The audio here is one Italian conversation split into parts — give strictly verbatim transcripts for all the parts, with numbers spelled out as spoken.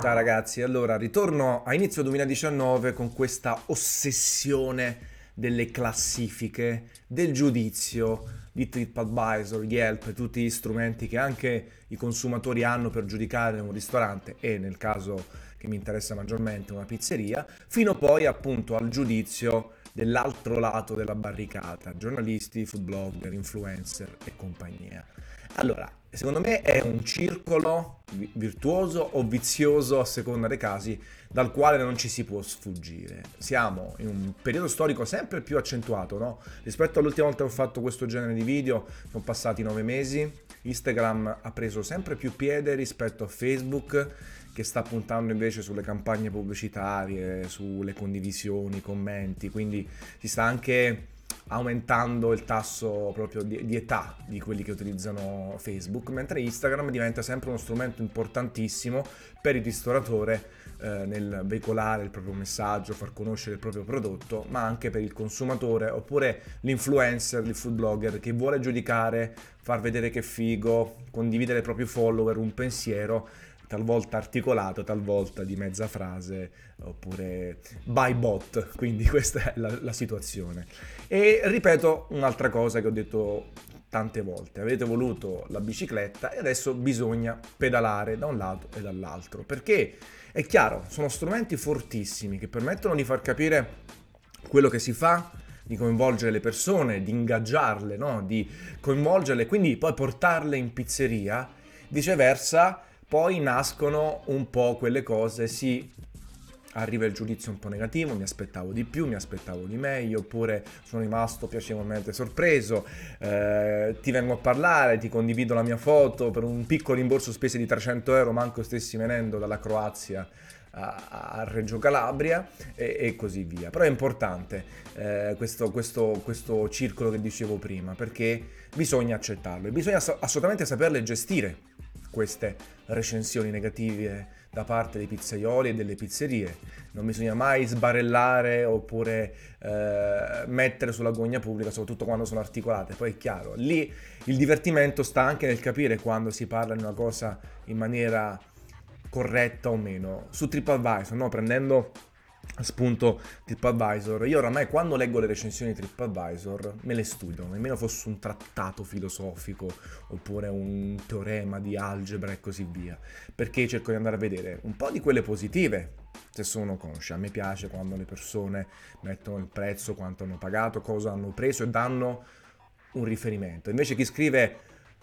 Ciao ragazzi, allora ritorno a inizio duemiladiciannove con questa ossessione delle classifiche, del giudizio di TripAdvisor, Yelp e tutti gli strumenti che anche i consumatori hanno per giudicare un ristorante e nel caso che mi interessa maggiormente una pizzeria, fino poi appunto al giudizio dell'altro lato della barricata, giornalisti, food blogger, influencer e compagnia. Allora, secondo me è un circolo vi- virtuoso o vizioso a seconda dei casi dal quale non ci si può sfuggire. Siamo in un periodo storico sempre più accentuato, no? Rispetto all'ultima volta che ho fatto questo genere di video, sono passati nove mesi, Instagram ha preso sempre più piede rispetto a Facebook, che sta puntando invece sulle campagne pubblicitarie, sulle condivisioni, commenti, quindi si sta anche aumentando il tasso proprio di, di età di quelli che utilizzano Facebook, mentre Instagram diventa sempre uno strumento importantissimo per il ristoratore eh, nel veicolare il proprio messaggio, far conoscere il proprio prodotto, ma anche per il consumatore oppure l'influencer, il food blogger che vuole giudicare, far vedere che è figo, condividere ai propri follower un pensiero talvolta articolato, talvolta di mezza frase, oppure by bot, quindi questa è la, la situazione. E ripeto un'altra cosa che ho detto tante volte: avete voluto la bicicletta e adesso bisogna pedalare da un lato e dall'altro, perché è chiaro, sono strumenti fortissimi che permettono di far capire quello che si fa, di coinvolgere le persone, di ingaggiarle, no? Di coinvolgerle, quindi poi portarle in pizzeria. Viceversa, poi nascono un po' quelle cose, sì, arriva il giudizio un po' negativo, mi aspettavo di più, mi aspettavo di meglio, oppure sono rimasto piacevolmente sorpreso, eh, ti vengo a parlare, ti condivido la mia foto per un piccolo rimborso spese di trecento euro, manco stessi venendo dalla Croazia a, a Reggio Calabria e, e così via. Però è importante eh, questo, questo, questo circolo che dicevo prima, perché bisogna accettarlo e bisogna assolutamente saperle gestire queste recensioni negative da parte dei pizzaioli e delle pizzerie. Non bisogna mai sbarellare oppure eh, mettere sulla gogna pubblica, soprattutto quando sono articolate. Poi è chiaro, lì il divertimento sta anche nel capire quando si parla di una cosa in maniera corretta o meno. Su TripAdvisor, no? Prendendo spunto TripAdvisor, io oramai quando leggo le recensioni di TripAdvisor me le studio, nemmeno fosse un trattato filosofico oppure un teorema di algebra e così via, perché cerco di andare a vedere un po' di quelle positive, se sono consce. A me piace quando le persone mettono il prezzo, quanto hanno pagato, cosa hanno preso e danno un riferimento. Invece chi scrive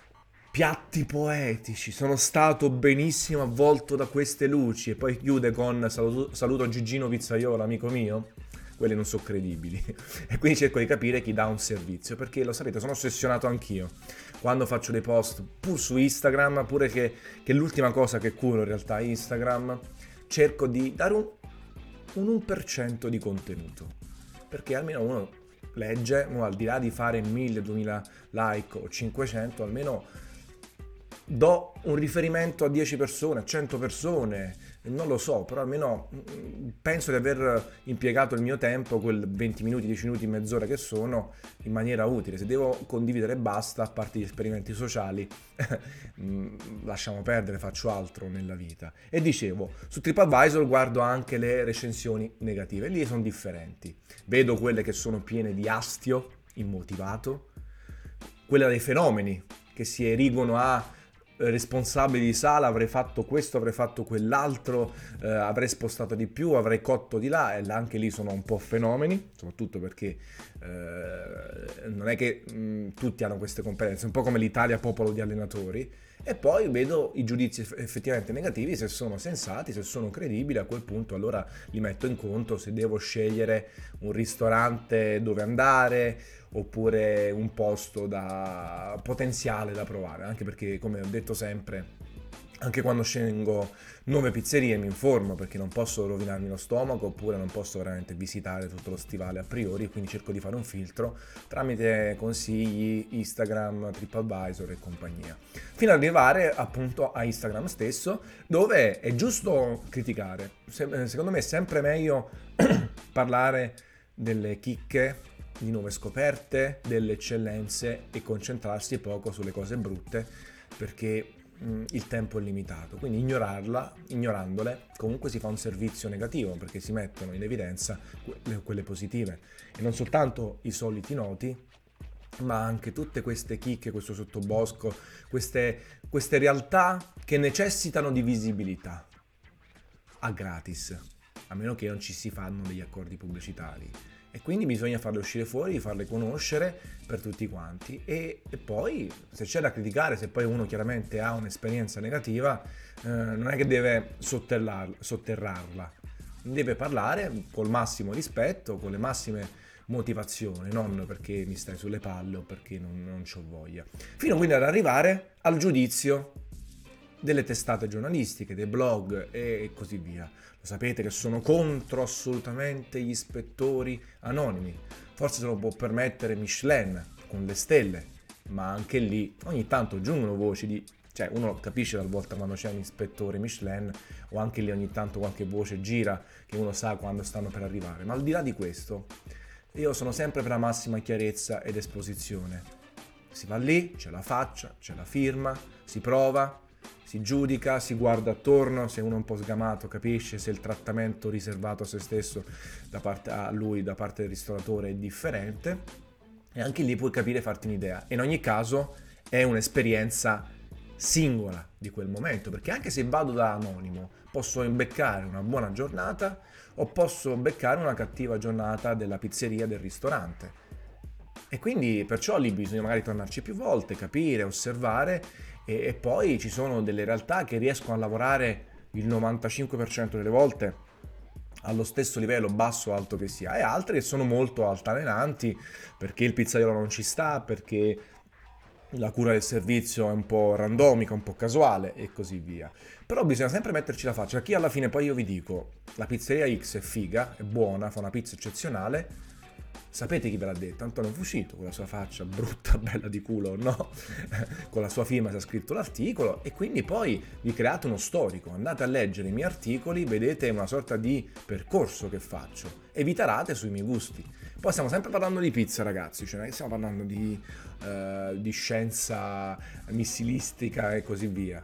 piatti poetici, sono stato benissimo avvolto da queste luci, e poi chiude con saluto, saluto Gigino Pizzaiolo, amico mio, quelli non sono credibili. E quindi cerco di capire chi dà un servizio, perché lo sapete, sono ossessionato anch'io quando faccio dei post, pur su Instagram, pure che, che è l'ultima cosa che curo in realtà Instagram, cerco di dare un, un uno per cento di contenuto, perché almeno uno legge, uno, al di là di fare mille, duemila like o cinquecento, almeno do un riferimento a dieci persone, a cento persone, non lo so, però almeno penso di aver impiegato il mio tempo, quel venti minuti, dieci minuti, mezz'ora che sono, in maniera utile. Se devo condividere basta, a parte gli esperimenti sociali, lasciamo perdere, faccio altro nella vita. E dicevo, su TripAdvisor guardo anche le recensioni negative, lì sono differenti. Vedo quelle che sono piene di astio immotivato, quelle dei fenomeni che si erigono a responsabili di sala, avrei fatto questo, avrei fatto quell'altro, eh, avrei spostato di più, avrei cotto di là, e anche lì sono un po' fenomeni, soprattutto perché eh, non è che mh, tutti hanno queste competenze, un po' come l'Italia popolo di allenatori. E poi vedo i giudizi effettivamente negativi, se sono sensati, se sono credibili. A quel punto allora li metto in conto se devo scegliere un ristorante dove andare oppure un posto da potenziale da provare, anche perché, come ho detto sempre, anche quando scelgo nuove pizzerie mi informo, perché non posso rovinarmi lo stomaco oppure non posso veramente visitare tutto lo stivale a priori, quindi cerco di fare un filtro tramite consigli Instagram, TripAdvisor e compagnia, fino ad arrivare appunto a Instagram stesso, dove è giusto criticare. Secondo me è sempre meglio parlare delle chicche, di nuove scoperte, delle eccellenze, e concentrarsi poco sulle cose brutte, perché mh, il tempo è limitato, quindi ignorarla, ignorandole, comunque si fa un servizio negativo perché si mettono in evidenza que- quelle positive e non soltanto i soliti noti, ma anche tutte queste chicche, questo sottobosco, queste, queste realtà che necessitano di visibilità a gratis, a meno che non ci si fanno degli accordi pubblicitari. E quindi bisogna farle uscire fuori, farle conoscere per tutti quanti e, e poi se c'è da criticare, se poi uno chiaramente ha un'esperienza negativa, eh, non è che deve sotterrar- sotterrarla, deve parlare col massimo rispetto, con le massime motivazioni, non perché mi stai sulle palle o perché non, non c'ho voglia. Fino quindi ad arrivare al giudizio delle testate giornalistiche, dei blog e così via. Lo sapete che sono contro assolutamente gli ispettori anonimi. Forse se lo può permettere Michelin con le stelle, ma anche lì ogni tanto giungono voci di... Cioè uno capisce talvolta quando c'è un ispettore Michelin o anche lì ogni tanto qualche voce gira che uno sa quando stanno per arrivare. Ma al di là di questo, io sono sempre per la massima chiarezza ed esposizione. Si va lì, c'è la faccia, c'è la firma, si prova, si giudica, si guarda attorno, se uno è un po' sgamato capisce se il trattamento riservato a se stesso da parte a lui da parte del ristoratore è differente e anche lì puoi capire e farti un'idea. In ogni caso è un'esperienza singola di quel momento, perché anche se vado da anonimo posso imbeccare una buona giornata o posso beccare una cattiva giornata della pizzeria, del ristorante. E quindi perciò lì bisogna magari tornarci più volte, capire, osservare e, e poi ci sono delle realtà che riescono a lavorare il novantacinque per cento delle volte allo stesso livello basso o alto che sia e altre che sono molto altalenanti perché il pizzaiolo non ci sta, perché la cura del servizio è un po' randomica, un po' casuale e così via. Però bisogna sempre metterci la faccia. Chi alla fine poi io vi dico, la pizzeria X è figa, è buona, fa una pizza eccezionale. Sapete chi ve l'ha detto? Antonio Fucito, con la sua faccia brutta, bella di culo, no? Con la sua firma si è scritto l'articolo e quindi poi vi create uno storico. Andate a leggere i miei articoli, vedete una sorta di percorso che faccio e vi tarate sui miei gusti. Poi stiamo sempre parlando di pizza, ragazzi, cioè non è che stiamo parlando di, uh, di scienza missilistica e così via.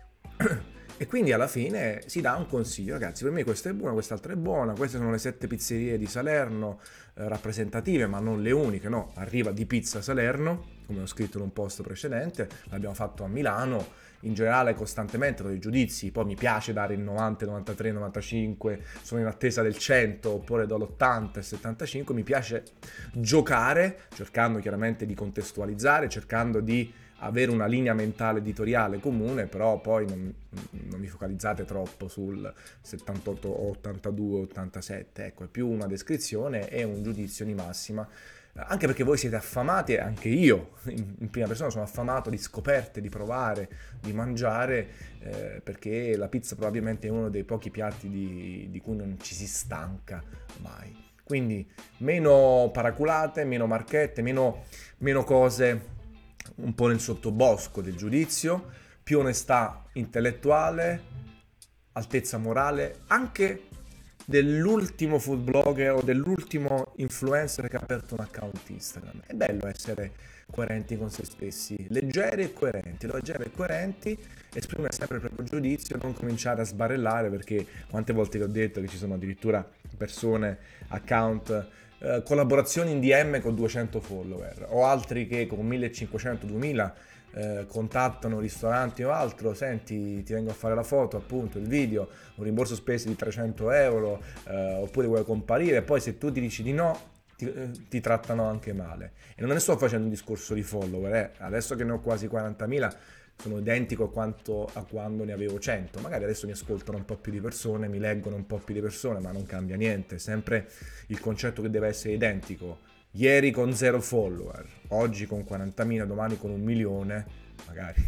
E quindi alla fine si dà un consiglio, ragazzi, per me questa è buona, quest'altra è buona, queste sono le sette pizzerie di Salerno eh, rappresentative, ma non le uniche, no, arriva di Pizza Salerno, come ho scritto in un post precedente, l'abbiamo fatto a Milano, in generale costantemente do i giudizi, poi mi piace dare il novanta, novantatré, novantacinque, sono in attesa del cento, oppure do l'ottanta e settantacinque, mi piace giocare, cercando chiaramente di contestualizzare, cercando di avere una linea mentale editoriale comune, però poi non, non vi focalizzate troppo sul settantotto, ottantadue, ottantasette, ecco, è più una descrizione e un giudizio di massima, anche perché voi siete affamati, anche io in, in prima persona sono affamato di scoperte, di provare, di mangiare, eh, perché la pizza probabilmente è uno dei pochi piatti di, di cui non ci si stanca mai. Quindi meno paraculate, meno marchette, meno, meno cose un po' nel sottobosco del giudizio, più onestà intellettuale, altezza morale, anche dell'ultimo food blogger o dell'ultimo influencer che ha aperto un account Instagram. È bello essere coerenti con se stessi, leggeri e coerenti, leggeri e coerenti, esprimere sempre il proprio giudizio, non cominciare a sbarellare, perché quante volte vi ho detto che ci sono addirittura persone, account, eh, collaborazioni in D M con duecento follower o altri che con millecinquecento duemila eh, contattano ristoranti o altro, senti ti vengo a fare la foto, appunto il video, un rimborso spese di trecento euro, eh, oppure vuoi comparire, poi se tu ti dici di no ti, eh, ti trattano anche male. E non ne sto facendo un discorso di follower, eh. Adesso che ne ho quasi quarantamila sono identico a, quanto, a quando ne avevo cento, magari adesso mi ascoltano un po' più di persone, mi leggono un po' più di persone, ma non cambia niente, è sempre il concetto che deve essere identico. Ieri con zero follower, oggi con quarantamila, domani con un milione, magari,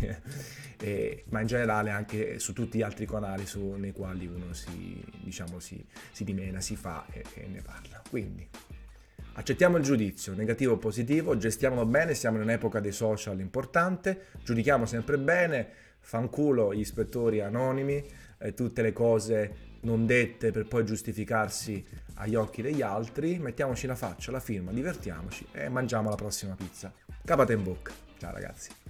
e, ma in generale anche su tutti gli altri canali su, nei quali uno si, diciamo, si, si dimena, si fa e, e ne parla. Quindi accettiamo il giudizio, negativo o positivo, gestiamolo bene, siamo in un'epoca dei social importante, giudichiamo sempre bene, fanculo gli ispettori anonimi, eh, tutte le cose non dette per poi giustificarsi agli occhi degli altri, mettiamoci la faccia, la firma, divertiamoci e mangiamo la prossima pizza. Capate in bocca. Ciao ragazzi.